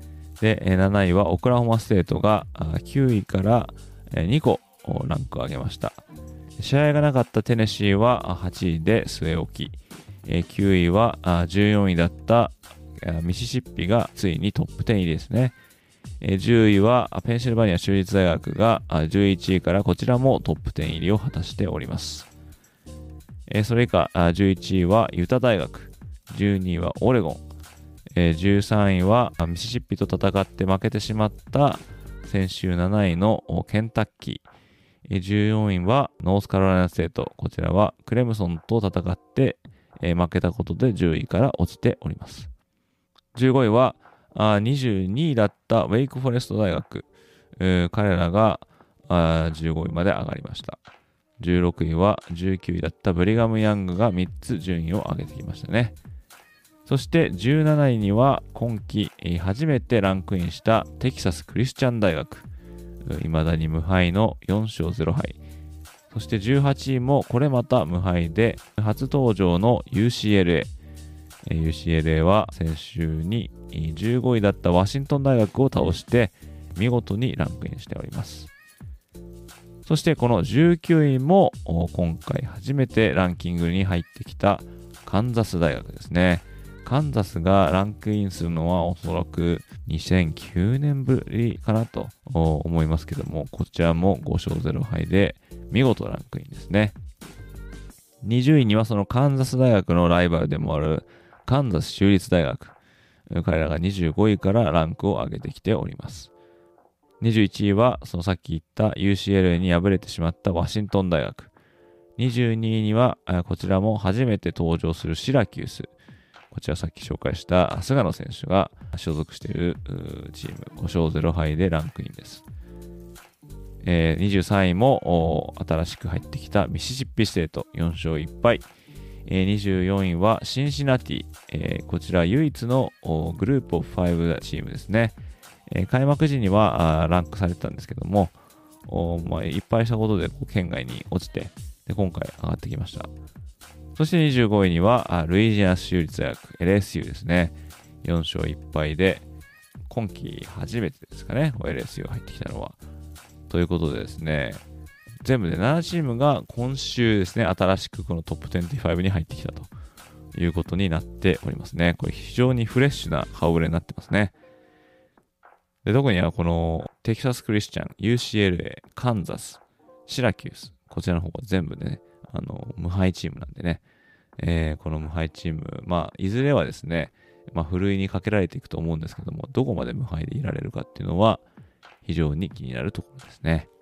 で、なないはオクラホマステートがきゅういからにこランクを上げました。試合がなかったテネシーははちいで据え置き、きゅういはじゅうよんいだったミシシッピがついにトップじゅう入りですね。じゅういはペンシルバニア州立大学がじゅういちいからこちらもトップじゅう入りを果たしております。それ以下じゅういちいはユタ大学、じゅうにいはオレゴン、じゅうさんいはミシシッピと戦って負けてしまった先週なないのケンタッキー、じゅうよんいはノースカロライナステート、こちらはクレムソンと戦って負けたことでじゅういから落ちております。じゅうごいはにじゅうにいだったウェイクフォレスト大学、彼らがじゅうごいまで上がりました。じゅうろくいはじゅうきゅういだったブリガムヤングがみっつ順位を上げてきましたね。そしてじゅうなないには今季初めてランクインしたテキサスクリスチャン大学、未だに無敗のよんしょうゼロはい。そしてじゅうはちいもこれまた無敗で初登場の ユーシーエルエー。ユーシーエルエー は先週にじゅうごいだったワシントン大学を倒して見事にランクインしております。そしてこのじゅうきゅういも今回初めてランキングに入ってきたカンザス大学ですね。カンザスがランクインするのはおそらくにせんきゅうねんぶりかなと思いますけども、こちらもごしょうゼロはいで見事ランクインですね。にじゅういにはそのカンザス大学のライバルでもあるカンザス州立大学、彼らがにじゅうごいからランクを上げてきております。にじゅういちいはそのさっき言った ユーシーエルエー に敗れてしまったワシントン大学、にじゅうにいにはこちらも初めて登場するシラキュース、こちらさっき紹介した菅野選手が所属しているチーム、ごしょうゼロはいでランクインです。えー、にじゅうさんいも新しく入ってきたミシシッピステートよんしょういっぱい、えー、にじゅうよんいはシンシナティ、えー、こちら唯一のグループオブごチームですね。えー、開幕時にはランクされてたんですけども、まあ、いっぱいしたことでこう県外に落ちて、で今回上がってきました。そしてにじゅうごいにはルイジアナ州立大学 エルエスユー ですね。よんしょういっぱいで今季初めてですかね、エルエスユー が入ってきたのは。ということでですね、全部でななチームが今週ですね、新しくこのトップにじゅうごに入ってきたということになっておりますね。これ非常にフレッシュな顔ぶれになってますね。で、特にはこのテキサスクリスチャン、ユーシーエルエー、カンザス、シラキュース、こちらの方が全部でね、あの、無敗チームなんでね、えー、この無敗チーム、まあ、いずれはですね、まあ、ふるいにかけられていくと思うんですけども、どこまで無敗でいられるかっていうのは、非常に気になるところですね。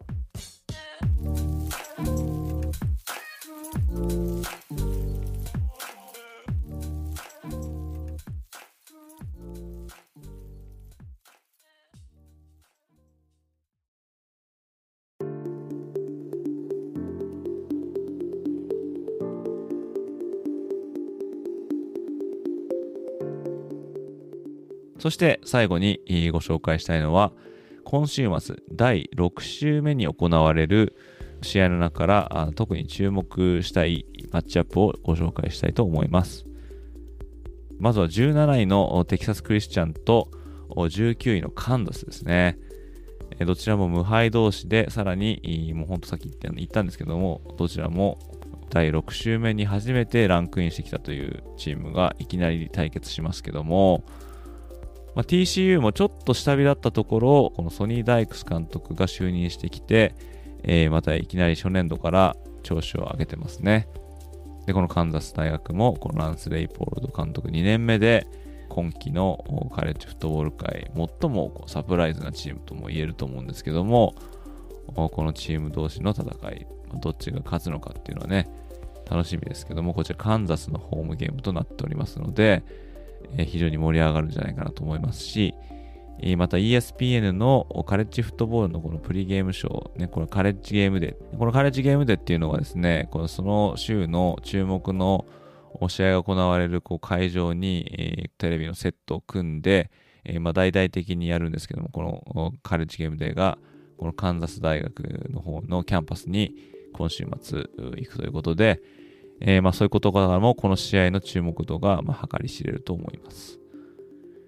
そして最後にご紹介したいのは、今週末だいろく週目に行われる試合の中から特に注目したいマッチアップをご紹介したいと思います。まずはじゅうなないのテキサスクリスチャンとじゅうきゅういのカンザスですね。どちらも無敗同士で、さらにもうほんとさっき言ったんですけども、どちらもだいろく週目に初めてランクインしてきたというチームがいきなり対決しますけども、まあ、ティーシーユー もちょっと下火だったところ、このソニー・ダイクス監督が就任してきて、えー、またいきなり初年度から調子を上げてますね。で、このカンザス大学も、このランス・レイポールド監督にねんめで、今季のカレッジフットボール界、最もこうサプライズなチームとも言えると思うんですけども、このチーム同士の戦い、どっちが勝つのかっていうのはね、楽しみですけども、こちらカンザスのホームゲームとなっておりますので、非常に盛り上がるんじゃないかなと思いますし、また イーエスピーエヌ のカレッジフットボールのこのプリゲームショー、ね、これカレッジゲームデー。このカレッジゲームデーっていうのはですね、このその週の注目の試合が行われるこう会場に、えー、テレビのセットを組んで、えー、まあ大々的にやるんですけども、このカレッジゲームデーがこのカンザス大学の方のキャンパスに今週末行くということで、えー、まあそういうことからもこの試合の注目度がまあ計り知れると思います。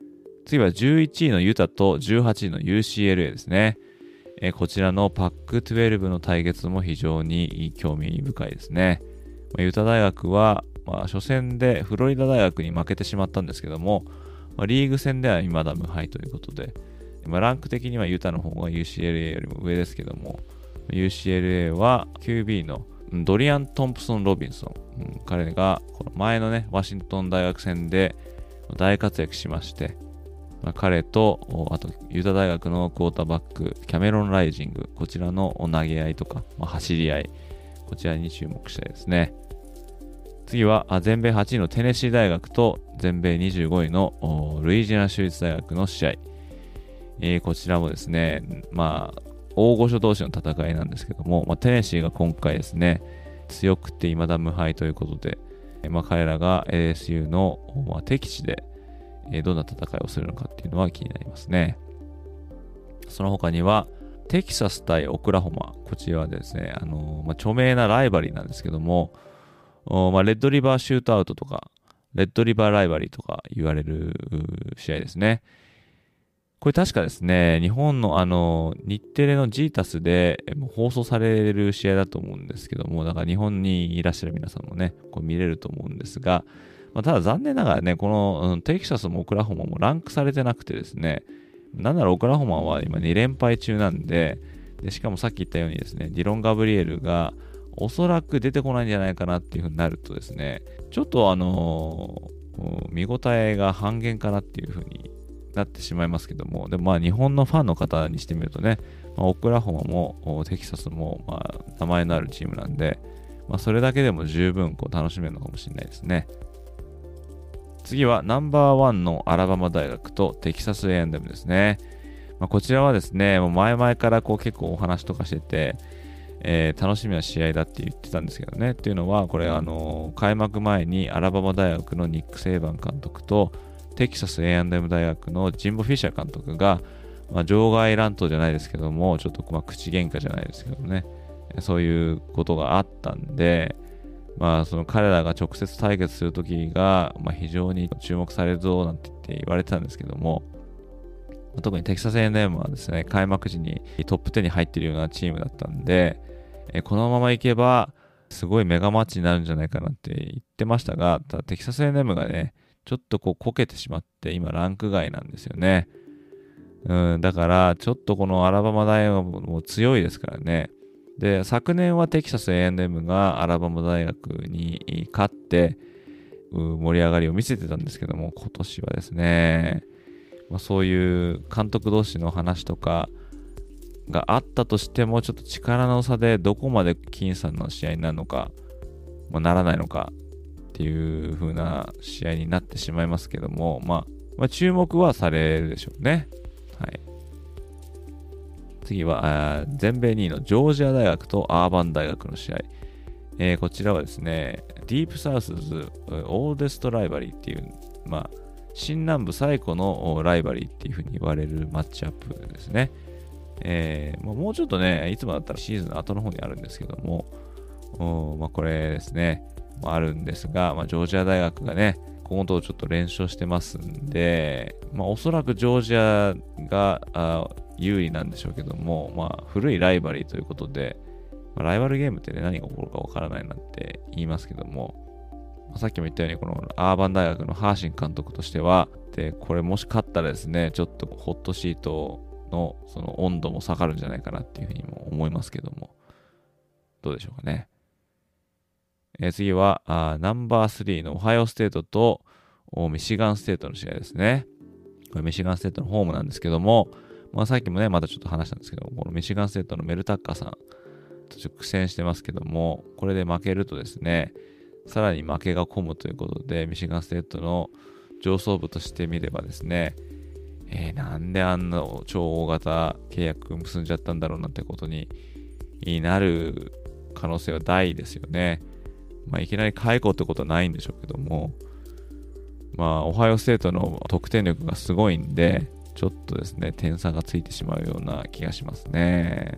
次はじゅういちいのユタとじゅうはちいの ユーシーエルエー ですね。えー、こちらのパックじゅうにの対決も非常に興味深いですね。まあ、ユタ大学は、まあ、初戦でフロリダ大学に負けてしまったんですけども、まあ、リーグ戦では未だ無敗ということで、まあ、ランク的にはユタの方が ユーシーエルエー よりも上ですけども、ユーシーエルエー は キュービー のドリアン・トンプソン・ロビンソン、うん、彼がこの前のね、ワシントン大学戦で大活躍しまして、まあ、彼と、あとユタ大学のクォーターバック、キャメロン・ライジング、こちらの投げ合いとか、まあ、走り合い、こちらに注目したいですね。次は全米はちいのテネシー大学と全米にじゅうごいのルイジアナ州立大学の試合。えー、こちらもですね、まあ、大御所同士の戦いなんですけども、まあ、テネシーが今回ですね、強くて未だ無敗ということで、まあ、彼らが エーエスユー の、まあ、敵地で、えー、どんな戦いをするのかっていうのは気になりますね。その他には、テキサス対オクラホマ。こちらはですね、あのーまあ、著名なライバリーなんですけども、まあ、レッドリバーシュートアウトとか、レッドリバーライバリーとか言われる試合ですね。これ確かですね、日本のあの、日テレのジータスで放送される試合だと思うんですけども、だから日本にいらっしゃる皆さんもね、これ見れると思うんですが、まあ、ただ残念ながらね、この、うん、テキサスもオクラホマもランクされてなくてですね、なんならオクラホマは今に連敗中なんで、でしかもさっき言ったようにですね、ディロン・ガブリエルがおそらく出てこないんじゃないかなっていう風になるとですね、ちょっとあのー、見応えが半減かなっていう風になってしまいますけども、でもまあ日本のファンの方にしてみるとね、まあ、オクラホマもテキサスもまあ名前のあるチームなんで、まあ、それだけでも十分こう楽しめるのかもしれないですね。次はナンバーワンのアラバマ大学とテキサス エーアンドエム ですね。まあ、こちらはですね、もう前々からこう結構お話とかしてて、えー、楽しみな試合だって言ってたんですけどね。っていうのは、これあのー、開幕前にアラバマ大学のニック・セイバン監督とテキサス エーアンドエム 大学のジンボ・フィッシャー監督が、まあ、場外乱闘じゃないですけども、ちょっとまあ口喧嘩じゃないですけどね、そういうことがあったんで、まあその彼らが直接対決するときが、まあ、非常に注目されるぞなんて言って言われてたんですけども、特にテキサス エーアンドエム はですね、開幕時にトップじゅうに入っているようなチームだったんで、えこのままいけばすごいメガマッチになるんじゃないかなって言ってましたが、ただテキサス エーアンドエム がね、ちょっとこうこけてしまって今ランク外なんですよね。うん、だからちょっとこのアラバマ大学も強いですからね。で、昨年はテキサス エーアンドエム がアラバマ大学に勝って盛り上がりを見せてたんですけども、今年はですね、まあ、そういう監督同士の話とかがあったとしても、ちょっと力の差でどこまで僅差の試合になるのか、まあ、ならないのかっていう風な試合になってしまいますけども、まあ、まあ、注目はされるでしょうね。はい。次は全米にいのジョージア大学とアーバン大学の試合。えー、こちらはですね、ディープサウスズオールデストライバリーっていう、まあ、新南部最古のライバリーっていう風に言われるマッチアップですね。えー、もうちょっとね、いつもだったらシーズンの後の方にあるんですけども、まあ、これですね、あるんですが、まあ、ジョージア大学がね、このとちょっと連勝してますんで、まあ、おそらくジョージアがあ有利なんでしょうけども、まあ、古いライバリーということで、まあ、ライバルゲームってね、何が起こるかわからないなって言いますけども、まあ、さっきも言ったように、このアーバン大学のハーシン監督としては、で、これもし勝ったらですね、ちょっとホットシートのその温度も下がるんじゃないかなっていうふうにも思いますけども、どうでしょうかね。えー、次はあナンバースリーのオハイオステートとミシガンステートの試合ですね。これミシガンステートのホームなんですけども、まあ、さっきもね、またちょっと話したんですけども、このミシガンステートのメルタッカーさんとちょっと苦戦してますけども、これで負けるとですね、さらに負けが込むということで、ミシガンステートの上層部としてみればですね、えー、なんであんな超大型契約結んじゃったんだろうなんてことになる可能性は大ですよね。まあ、いきなり解雇ってことはないんでしょうけども、まあ、オハイオステートの得点力がすごいんで、ちょっとですね、点差がついてしまうような気がしますね。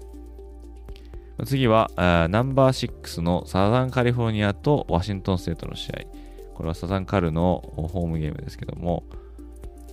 次は、ナンバーシックスのサザンカリフォルニアとワシントンステートの試合。これはサザンカルのホームゲームですけども、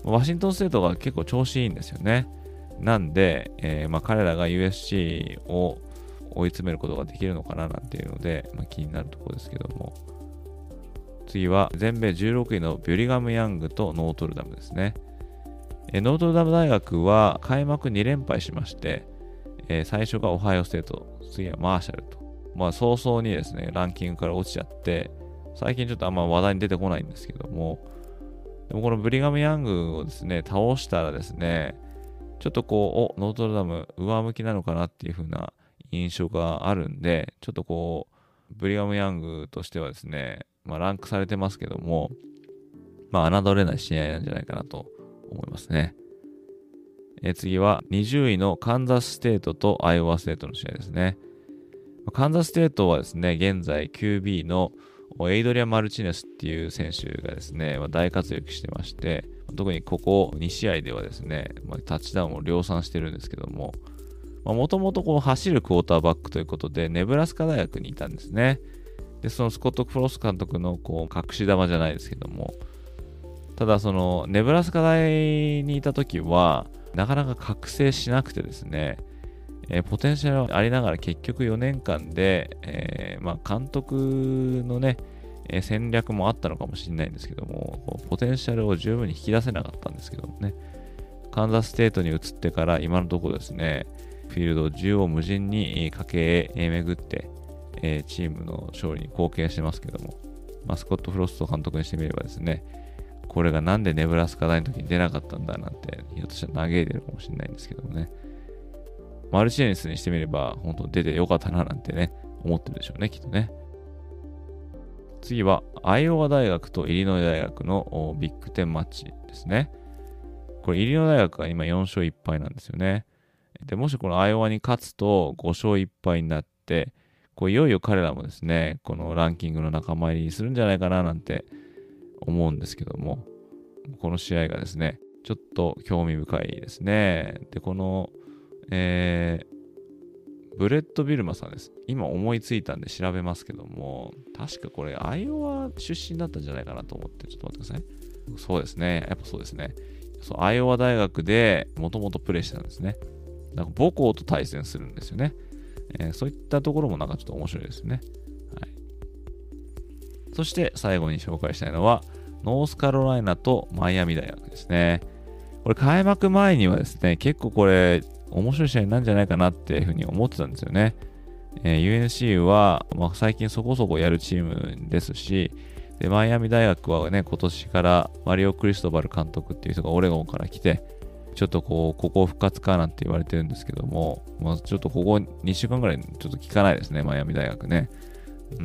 ワシントンステートが結構調子いいんですよね。なんで、えーまあ、彼らが ユーエスシー を追い詰めることができるのかななんていうので、まあ、気になるところですけども。次は全米じゅうろくいのビュリガム・ヤングとノートルダムですね。えー、ノートルダム大学は開幕に連敗しまして、えー、最初がオハイオステート、次はマーシャルと。まあ早々にですね、ランキングから落ちちゃって、最近ちょっとあんま話題に出てこないんですけども、でもこのブリガム・ヤングをですね、倒したらですね、ちょっとこう、お、ノートルダム上向きなのかなっていう風な印象があるんで、ちょっとこう、ブリガム・ヤングとしてはですね、まあランクされてますけども、まあ侮れない試合なんじゃないかなと思いますね。え次はにじゅういのカンザスステートとアイオワステートの試合ですね。カンザスステートはですね、現在 キュービー のエイドリアン・マルチネスっていう選手がですね、大活躍してまして、特にここに試合ではですね、タッチダウンを量産してるんですけども、もともとこの走るクォーターバックということで、ネブラスカ大学にいたんですね。で、そのスコット・フロス監督のこう隠し玉じゃないですけども、ただそのネブラスカ大にいた時は、なかなか覚醒しなくてですね、えー、ポテンシャルありながら結局よねんかんで、えーまあ、監督のね、えー、戦略もあったのかもしれないんですけども、ポテンシャルを十分に引き出せなかったんですけどもね、カンザスステートに移ってから今のところですね、フィールドを縦横無尽に駆け巡って、えー、チームの勝利に貢献してますけども、まあ、スコット・フロスト監督にしてみればですね、これがなんでネブラスカ大の時に出なかったんだなんて、ひょっとしたら嘆いてるかもしれないんですけどもね。マルチネスにしてみれば、本当出てよかったななんてね、思ってるでしょうね、きっとね。次は、アイオワ大学とイリノイ大学のビッグテンマッチですね。これ、イリノイ大学が今よん勝いっ敗なんですよね。で、もしこのアイオワに勝つとご勝いっ敗になって、こういよいよ彼らもですね、このランキングの仲間入りするんじゃないかななんて思うんですけども、この試合がですね、ちょっと興味深いですね。で、この、えー、ブレッド・ビルマさんです。今思いついたんで調べますけども、確かこれ、アイオワ出身だったんじゃないかなと思って、ちょっと待ってください。そうですね。やっぱそうですね。そう、アイオワ大学でもともとプレイしてたんですね。なんか母校と対戦するんですよね。えー、そういったところもなんかちょっと面白いですよね。はい。そして最後に紹介したいのは、ノースカロライナとマイアミ大学ですね。これ開幕前にはですね、結構これ面白い試合なんじゃないかなっていうふうに思ってたんですよね。えー、ユーエヌシー は、まあ、最近そこそこやるチームですし、でマイアミ大学はね、今年からマリオ・クリストバル監督っていう人がオレゴンから来て、ちょっとこう、ここ復活かなんて言われてるんですけども、まあ、ちょっとここにしゅうかんぐらいちょっと聞かないですね、マイアミ大学ね。うん。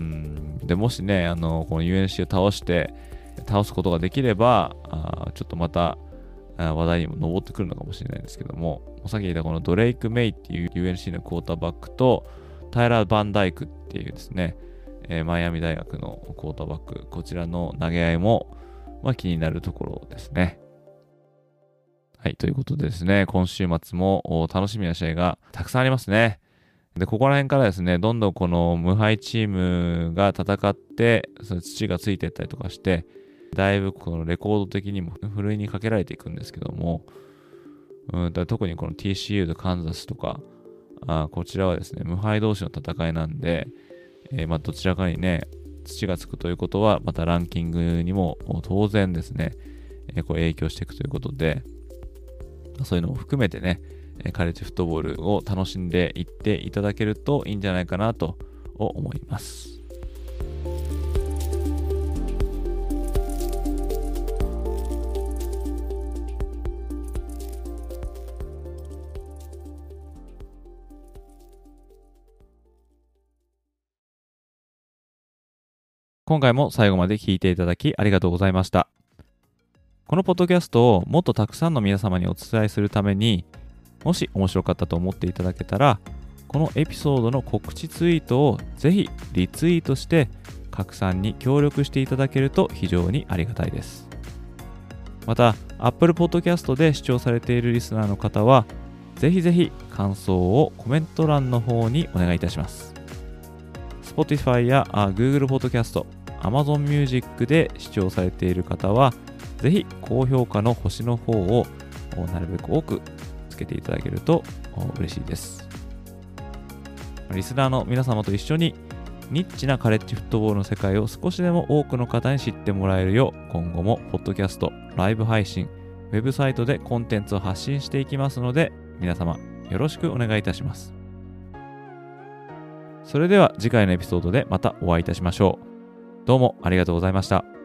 で、もしね、あの、この ユーエヌシー を倒して、倒すことができれば、あちょっとまた話題にも上ってくるのかもしれないんですけども、さっき言ったこのドレイク・メイっていう ユーエヌシー のクォーターバックと、タイラー・バンダイクっていうですね、えー、マイアミ大学のクォーターバック、こちらの投げ合いも、まあ、気になるところですね。はい、ということでですね、今週末も楽しみな試合がたくさんありますね。で、ここら辺からですね、どんどんこの無敗チームが戦って、その土がついていったりとかして、だいぶこのレコード的にもふるいにかけられていくんですけども、うんだ特にこの ティーシーユー とカンザスとか、あこちらはですね、無敗同士の戦いなんで、えー、まあどちらかにね、土がつくということは、またランキングにも当然ですね、えー、これ影響していくということで、そういうのも含めてね、カレッジフットボールを楽しんでいっていただけるといいんじゃないかなと思います。今回も最後まで聞いていただきありがとうございました。このポッドキャストをもっとたくさんの皆様にお伝えするために、もし面白かったと思っていただけたら、このエピソードの告知ツイートをぜひリツイートして拡散に協力していただけると非常にありがたいです。また、Apple Podcast で視聴されているリスナーの方は、ぜひぜひ感想をコメント欄の方にお願いいたします。Spotify や Google Podcast、Amazon Music で視聴されている方は、 ぜひ高評価の星の方をなるべく多くつけていただけると嬉しいです。リスナーの皆様と一緒にニッチなカレッジフットボールの世界を少しでも多くの方に知ってもらえるよう、今後もポッドキャスト、ライブ配信、ウェブサイトでコンテンツを発信していきますので、皆様よろしくお願いいたします。それでは次回のエピソードでまたお会いいたしましょう。どうもありがとうございました。